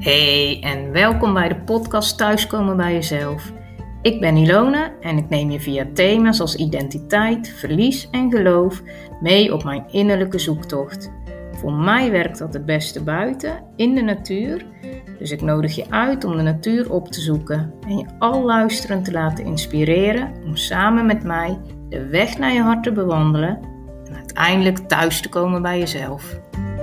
Hey en welkom bij de podcast Thuiskomen bij Jezelf. Ik ben Ilona en ik neem je via thema's als identiteit, verlies en geloof mee op mijn innerlijke zoektocht. Voor mij werkt dat het beste buiten, in de natuur. Dus ik nodig je uit om de natuur op te zoeken en je al luisterend te laten inspireren om samen met mij de weg naar je hart te bewandelen en uiteindelijk thuis te komen bij jezelf.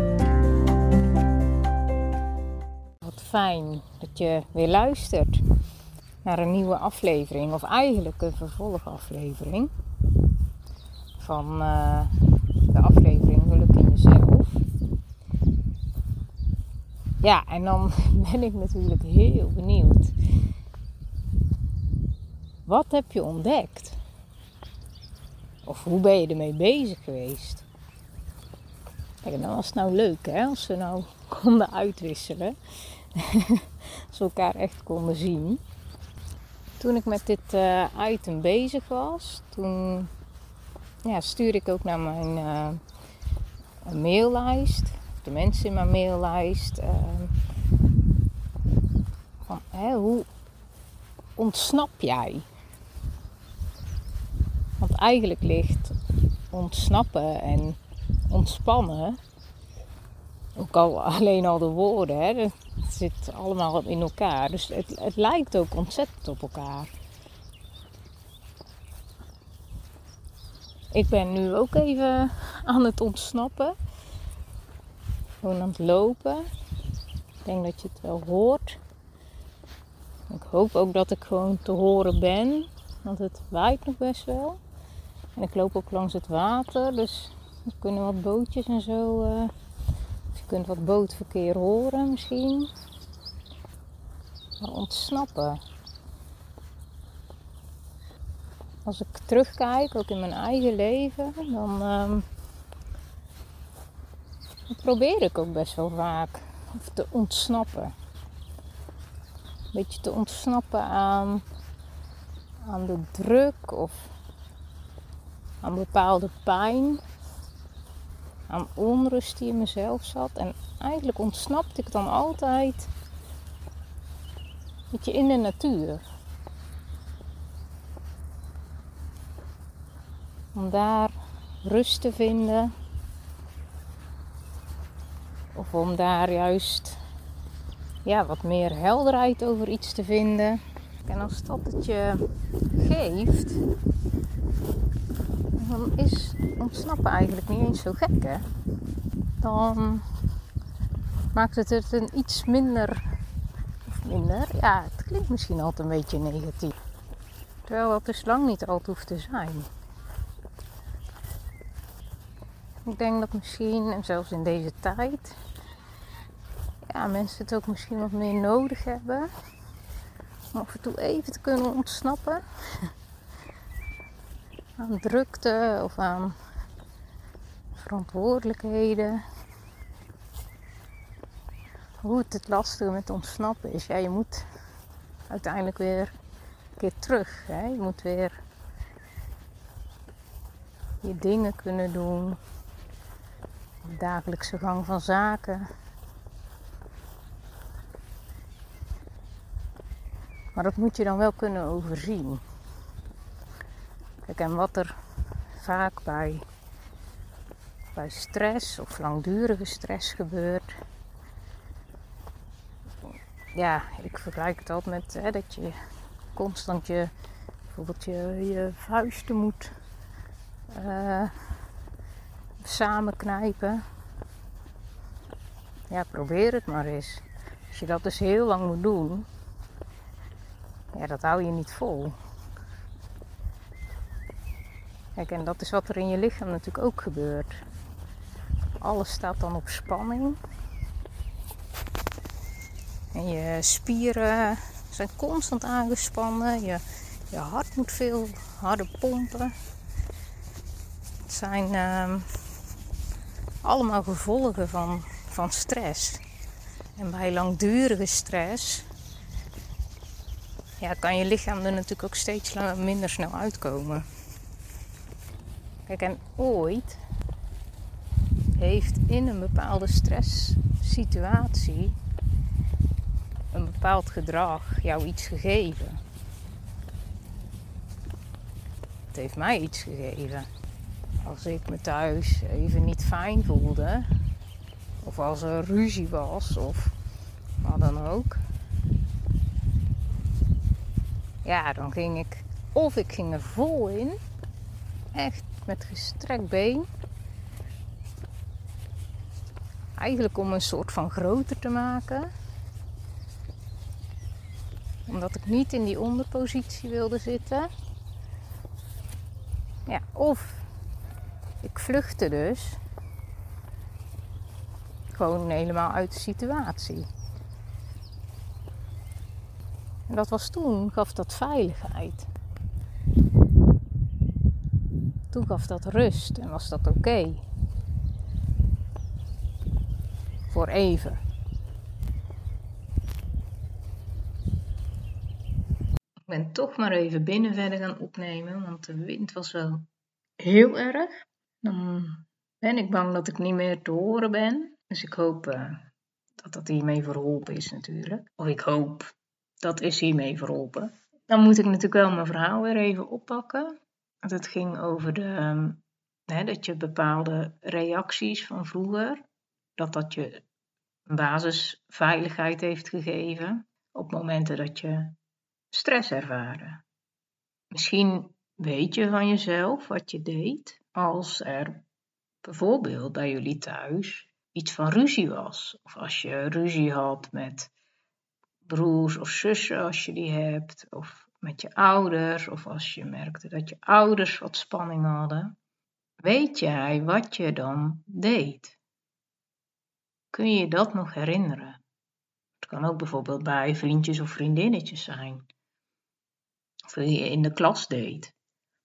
Wat fijn dat je weer luistert naar een nieuwe aflevering, of eigenlijk een vervolgaflevering van de aflevering Geluk in Jezelf. Ja, en dan ben ik natuurlijk heel benieuwd. Wat heb je ontdekt? Of hoe ben je ermee bezig geweest? Kijk, dan was het nou leuk, hè, als we nou konden uitwisselen. Als we elkaar echt konden zien. Toen ik met dit item bezig was, toen stuurde ik ook naar mijn maillijst. De mensen in mijn maillijst. Hoe ontsnap jij? Want eigenlijk ligt ontsnappen en ontspannen, ook al alleen al de woorden, hè, het zit allemaal in elkaar. Dus het lijkt ook ontzettend op elkaar. Ik ben nu ook even aan het ontsnappen. Gewoon aan het lopen. Ik denk dat je het wel hoort. Ik hoop ook dat ik gewoon te horen ben. Want het waait nog best wel. En ik loop ook langs het water. Dus er kunnen wat bootjes en zo. Je kunt wat bootverkeer horen misschien. Maar ontsnappen. Als ik terugkijk, ook in mijn eigen leven, dan probeer ik ook best wel vaak te ontsnappen. Een beetje te ontsnappen aan de druk of aan bepaalde pijn. Aan onrust die in mezelf zat. En eigenlijk ontsnapte ik dan altijd een beetje in de natuur. Om daar rust te vinden. Of om daar juist wat meer helderheid over iets te vinden. En als dat het je geeft, dan is ontsnappen eigenlijk niet eens zo gek, hè? Dan maakt het een iets minder, ja, het klinkt misschien altijd een beetje negatief. Terwijl dat dus lang niet altijd hoeft te zijn. Ik denk dat misschien, en zelfs in deze tijd, mensen het ook misschien wat meer nodig hebben. Om af en toe even te kunnen ontsnappen. Aan drukte of aan verantwoordelijkheden. Hoe het lastige met ontsnappen is. Ja, je moet uiteindelijk weer een keer terug. Hè? Je moet weer je dingen kunnen doen. De dagelijkse gang van zaken. Maar dat moet je dan wel kunnen overzien. Kijk, en wat er vaak bij stress of langdurige stress gebeurt. Ja, ik vergelijk het altijd met dat je constant bijvoorbeeld je vuisten moet samenknijpen. Ja, probeer het maar eens. Als je dat dus heel lang moet doen, ja, dat hou je niet vol. Kijk, en dat is wat er in je lichaam natuurlijk ook gebeurt. Alles staat dan op spanning. En je spieren zijn constant aangespannen. Je hart moet veel harder pompen. Het zijn allemaal gevolgen van stress. En bij langdurige stress kan je lichaam er natuurlijk ook steeds minder snel uitkomen. Kijk, en ooit heeft in een bepaalde stresssituatie bepaald gedrag jou iets gegeven? Het heeft mij iets gegeven. Als ik me thuis even niet fijn voelde, of als er ruzie was, of wat dan ook. Ja, dan ging ik er vol in. Echt met gestrekt been. Eigenlijk om een soort van groter te maken. Omdat ik niet in die onderpositie wilde zitten. Ja, of ik vluchtte dus. Gewoon helemaal uit de situatie. En dat was toen, gaf dat veiligheid. Toen gaf dat rust en was dat oké. Voor even. Ik ben toch maar even binnen verder gaan opnemen, want de wind was wel heel erg. Dan ben ik bang dat ik niet meer te horen ben. Dus ik hoop dat dat hiermee verholpen is natuurlijk. Of ik hoop, dat is hiermee verholpen. Dan moet ik natuurlijk wel mijn verhaal weer even oppakken. Want het ging over dat je bepaalde reacties van vroeger, dat je een basisveiligheid heeft gegeven op momenten dat je stress ervaren. Misschien weet je van jezelf wat je deed als er bijvoorbeeld bij jullie thuis iets van ruzie was. Of als je ruzie had met broers of zussen als je die hebt. Of met je ouders. Of als je merkte dat je ouders wat spanning hadden. Weet jij wat je dan deed? Kun je dat nog herinneren? Het kan ook bijvoorbeeld bij vriendjes of vriendinnetjes zijn. Of wat je in de klas deed.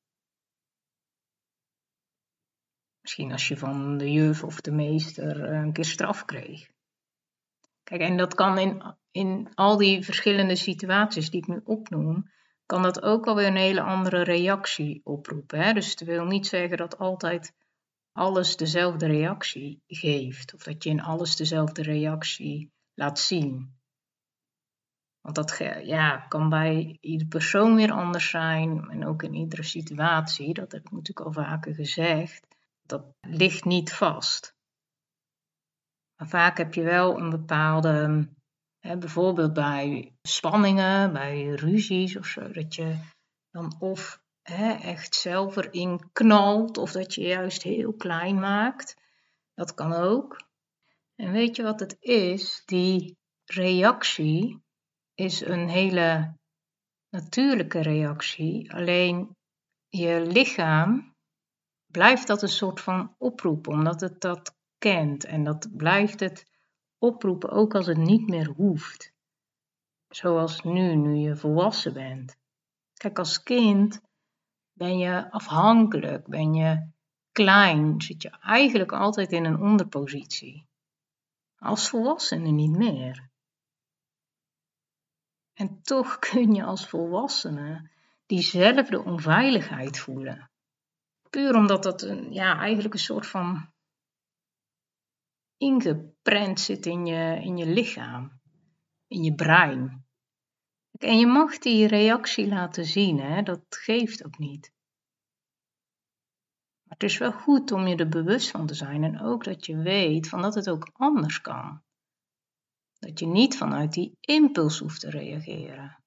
Misschien als je van de juf of de meester een keer straf kreeg. Kijk, en dat kan in al die verschillende situaties die ik nu opnoem, kan dat ook alweer een hele andere reactie oproepen. Hè? Dus het wil niet zeggen dat altijd alles dezelfde reactie geeft. Of dat je in alles dezelfde reactie laat zien. Want dat kan bij iedere persoon weer anders zijn. En ook in iedere situatie, dat heb ik natuurlijk al vaker gezegd. Dat ligt niet vast. Maar vaak heb je wel een bepaalde, bijvoorbeeld bij spanningen, bij ruzies of zo, dat je dan of echt zelf erin knalt of dat je juist heel klein maakt. Dat kan ook. En weet je wat het is? Die reactie is een hele natuurlijke reactie. Alleen je lichaam blijft dat een soort van oproepen, omdat het dat kent. En dat blijft het oproepen ook als het niet meer hoeft. Zoals nu je volwassen bent. Kijk, als kind ben je afhankelijk, ben je klein, zit je eigenlijk altijd in een onderpositie. Als volwassene niet meer. En toch kun je als volwassene diezelfde onveiligheid voelen. Puur omdat dat eigenlijk een soort van ingeprent zit in je lichaam, in je brein. En je mag die reactie laten zien, hè? Dat geeft ook niet. Maar het is wel goed om je er bewust van te zijn en ook dat je weet van dat het ook anders kan. Dat je niet vanuit die impuls hoeft te reageren.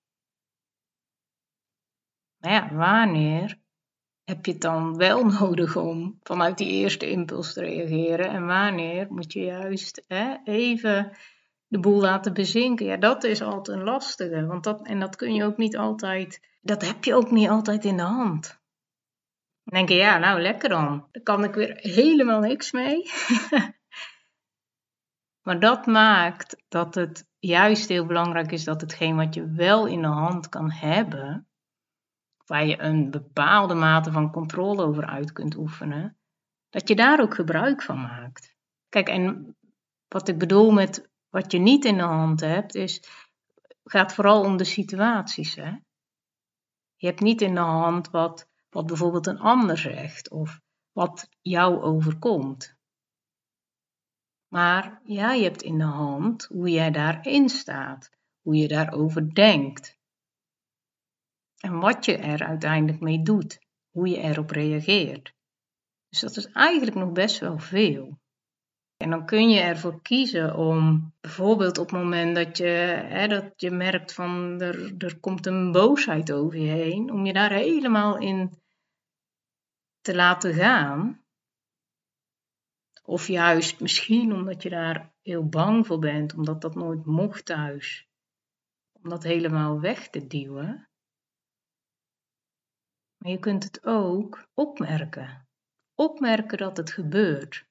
Maar ja, wanneer heb je het dan wel nodig om vanuit die eerste impuls te reageren? En wanneer moet je juist even de boel laten bezinken? Ja, dat is altijd een lastige. Want dat kun je ook niet altijd, dat heb je ook niet altijd in de hand. Dan denk je, nou lekker dan. Daar kan ik weer helemaal niks mee. Maar dat maakt dat het juist heel belangrijk is dat hetgeen wat je wel in de hand kan hebben, waar je een bepaalde mate van controle over uit kunt oefenen, dat je daar ook gebruik van maakt. Kijk, en wat ik bedoel met wat je niet in de hand hebt, gaat vooral om de situaties. Hè? Je hebt niet in de hand wat bijvoorbeeld een ander zegt of wat jou overkomt. Maar je hebt in de hand hoe jij daarin staat. hoe je daarover denkt. En wat je er uiteindelijk mee doet, hoe je erop reageert. Dus dat is eigenlijk nog best wel veel. En dan kun je ervoor kiezen om bijvoorbeeld op het moment dat je merkt van er komt een boosheid over je heen, om je daar helemaal in te laten gaan. Of juist misschien omdat je daar heel bang voor bent, omdat dat nooit mocht thuis. Om dat helemaal weg te duwen. Maar je kunt het ook opmerken. Opmerken dat het gebeurt.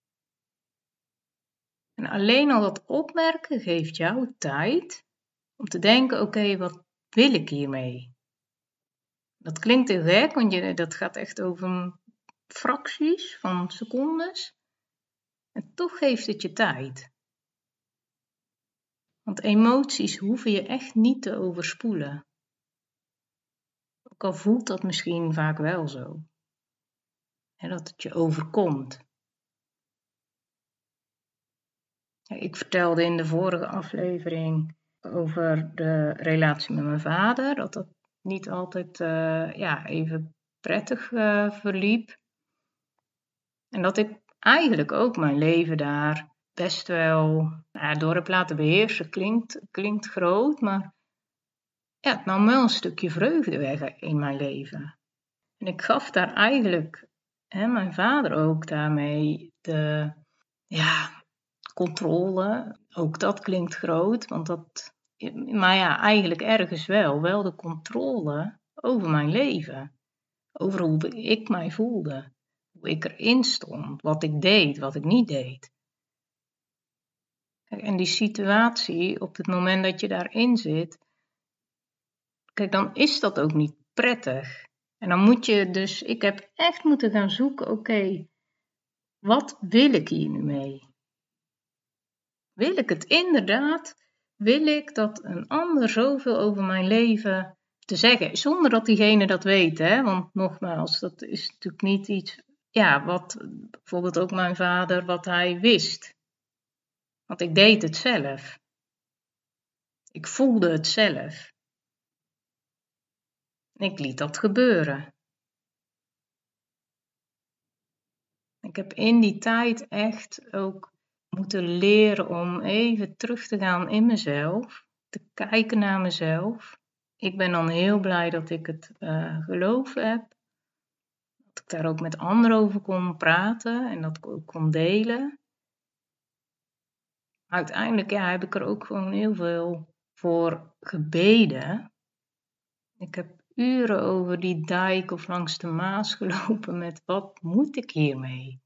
En alleen al dat opmerken geeft jou tijd om te denken, oké, wat wil ik hiermee? Dat klinkt heel gek, want dat gaat echt over fracties van secondes. En toch geeft het je tijd. Want emoties hoeven je echt niet te overspoelen. Ook al voelt dat misschien vaak wel zo. Dat het je overkomt. Ik vertelde in de vorige aflevering over de relatie met mijn vader. Dat niet altijd even prettig verliep. En dat ik eigenlijk ook mijn leven daar best wel door heb laten beheersen. Klinkt groot, maar het nam wel een stukje vreugde weg in mijn leven. En ik gaf daar eigenlijk mijn vader ook daarmee de controle. Ook dat klinkt groot, maar eigenlijk ergens wel de controle over mijn leven. Over hoe ik mij voelde, hoe ik erin stond, wat ik deed, wat ik niet deed. En die situatie, op het moment dat je daarin zit, dan is dat ook niet prettig. En dan moet je dus, ik heb echt moeten gaan zoeken, oké, wat wil ik hier nu mee? Wil ik het inderdaad? Wil ik dat een ander zoveel over mijn leven te zeggen, zonder dat diegene dat weet, hè? Want nogmaals, dat is natuurlijk niet iets, wat bijvoorbeeld ook mijn vader, wat hij wist. Want ik deed het zelf. Ik voelde het zelf. En ik liet dat gebeuren. Ik heb in die tijd echt ook moeten leren om even terug te gaan in mezelf, te kijken naar mezelf. Ik ben dan heel blij dat ik het geloof heb, dat ik daar ook met anderen over kon praten en dat ik ook kon delen. Maar uiteindelijk heb ik er ook gewoon heel veel voor gebeden. Ik heb uren over die dijk of langs de Maas gelopen met wat moet ik hiermee?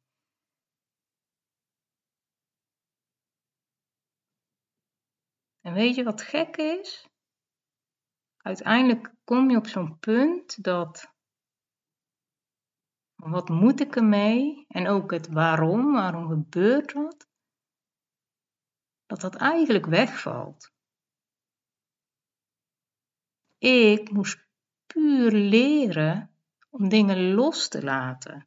En weet je wat gek is? Uiteindelijk kom je op zo'n punt dat wat moet ik ermee? En ook het waarom gebeurt dat eigenlijk wegvalt. Ik moest puur leren om dingen los te laten.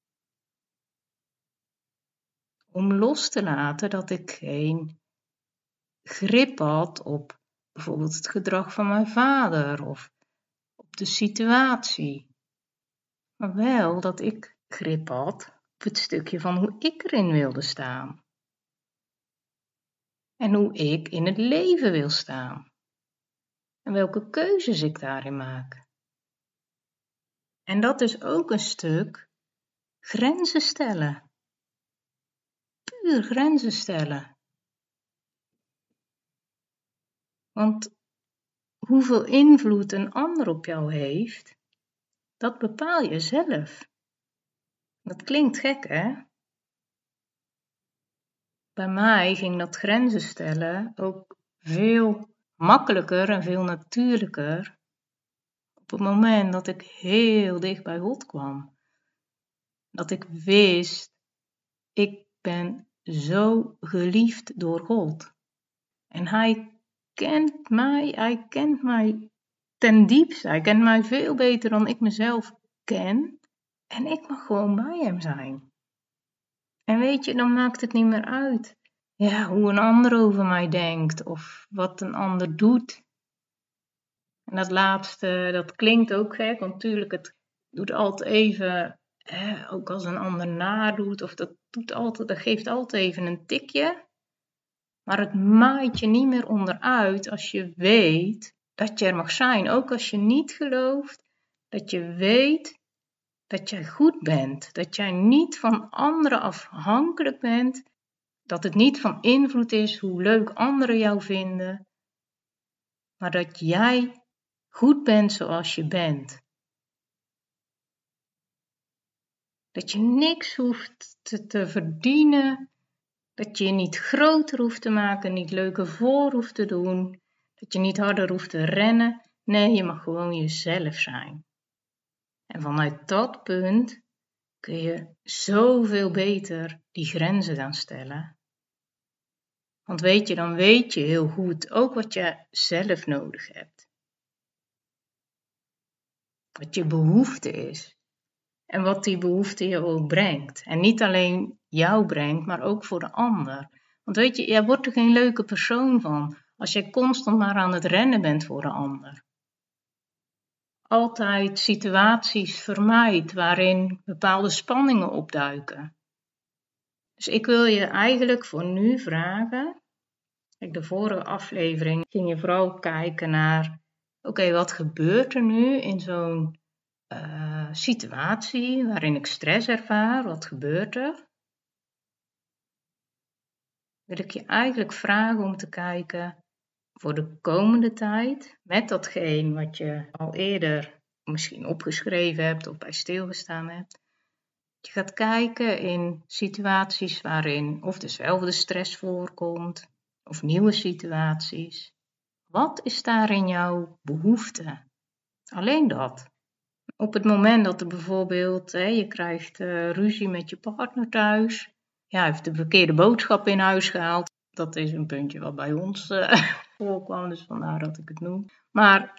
Om los te laten dat ik geen grip had op bijvoorbeeld het gedrag van mijn vader of op de situatie. Maar wel dat ik grip had op het stukje van hoe ik erin wilde staan. En hoe ik in het leven wil staan. En welke keuzes ik daarin maak. En dat is ook een stuk grenzen stellen. Puur grenzen stellen. Want hoeveel invloed een ander op jou heeft, dat bepaal je zelf. Dat klinkt gek, hè? Bij mij ging dat grenzen stellen ook veel makkelijker en veel natuurlijker op het moment dat ik heel dicht bij God kwam. Dat ik wist, ik ben zo geliefd door God. En Hij kent mij ten diepste. Hij kent mij veel beter dan ik mezelf ken. En ik mag gewoon bij Hem zijn. En weet je, dan maakt het niet meer uit hoe een ander over mij denkt of wat een ander doet. En dat laatste, dat klinkt ook gek, want natuurlijk, het doet altijd even, ook als een ander nadoet, of dat geeft altijd even een tikje. Maar het maait je niet meer onderuit als je weet dat je er mag zijn. Ook als je niet gelooft, dat je weet dat jij goed bent. Dat jij niet van anderen afhankelijk bent. Dat het niet van invloed is hoe leuk anderen jou vinden. Maar dat jij goed bent zoals je bent. Dat je niks hoeft te verdienen. Dat je je niet groter hoeft te maken, niet leuker voor hoeft te doen. Dat je niet harder hoeft te rennen. Nee, je mag gewoon jezelf zijn. En vanuit dat punt kun je zoveel beter die grenzen gaan stellen. Want dan weet je heel goed ook wat je zelf nodig hebt. Wat je behoefte is. En wat die behoefte je ook brengt. En niet alleen jou brengt, maar ook voor de ander. Want jij wordt er geen leuke persoon van als jij constant maar aan het rennen bent voor de ander. Altijd situaties vermijdt waarin bepaalde spanningen opduiken. Dus ik wil je eigenlijk voor nu vragen. Kijk, de vorige aflevering ging je vooral kijken naar, wat gebeurt er nu in zo'n situatie waarin ik stress ervaar? Wat gebeurt er? Wil ik je eigenlijk vragen om te kijken voor de komende tijd met datgene wat je al eerder misschien opgeschreven hebt of bij stilgestaan hebt. Je gaat kijken in situaties waarin of dezelfde stress voorkomt of nieuwe situaties. Wat is daarin jouw behoefte? Alleen dat. Op het moment dat er bijvoorbeeld, je krijgt ruzie met je partner thuis. Hij heeft de verkeerde boodschap in huis gehaald. Dat is een puntje wat bij ons voorkwam, dus vandaar dat ik het noem. Maar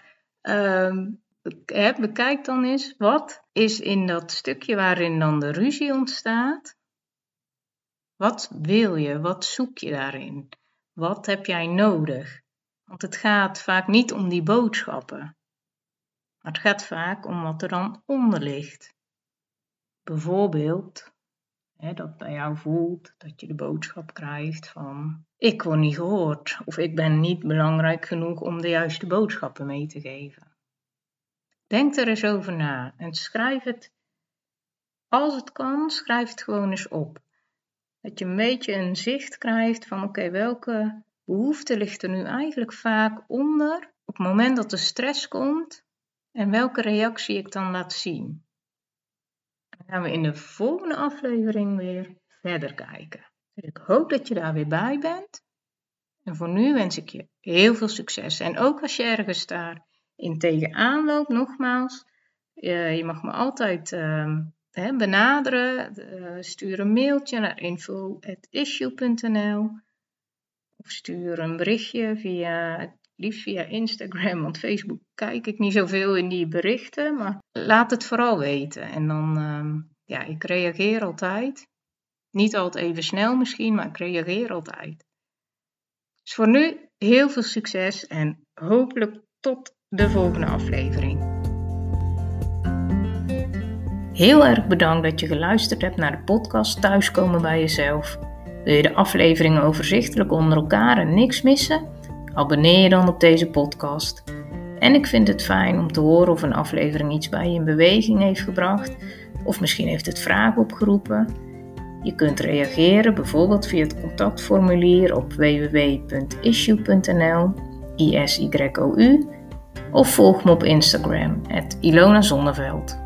bekijk dan eens, wat is in dat stukje waarin dan de ruzie ontstaat? Wat wil je? Wat zoek je daarin? Wat heb jij nodig? Want het gaat vaak niet om die boodschappen. Maar het gaat vaak om wat er dan onder ligt. Bijvoorbeeld, dat bij jou voelt dat je de boodschap krijgt van ik word niet gehoord of ik ben niet belangrijk genoeg om de juiste boodschappen mee te geven. Denk er eens over na en schrijf het, als het kan, schrijf het gewoon eens op. Dat je een beetje een zicht krijgt van welke behoefte ligt er nu eigenlijk vaak onder op het moment dat de stress komt en welke reactie ik dan laat zien. Dan gaan we in de volgende aflevering weer verder kijken. Ik hoop dat je daar weer bij bent. En voor nu wens ik je heel veel succes. En ook als je ergens daarin tegenaan loopt, nogmaals, je mag me altijd benaderen. Stuur een mailtje naar info@issue.nl of stuur een berichtje liefst via Instagram, want Facebook kijk ik niet zoveel in die berichten, maar laat het vooral weten. En dan, ik reageer altijd. Niet altijd even snel misschien, maar ik reageer altijd. Dus voor nu heel veel succes en hopelijk tot de volgende aflevering. Heel erg bedankt dat je geluisterd hebt naar de podcast Thuiskomen bij Jezelf. Wil je de afleveringen overzichtelijk onder elkaar en niks missen? Abonneer je dan op deze podcast. En ik vind het fijn om te horen of een aflevering iets bij je in beweging heeft gebracht. Of misschien heeft het vragen opgeroepen. Je kunt reageren bijvoorbeeld via het contactformulier op www.issue.nl ISYOU of volg me op Instagram @IlonaZonneveld.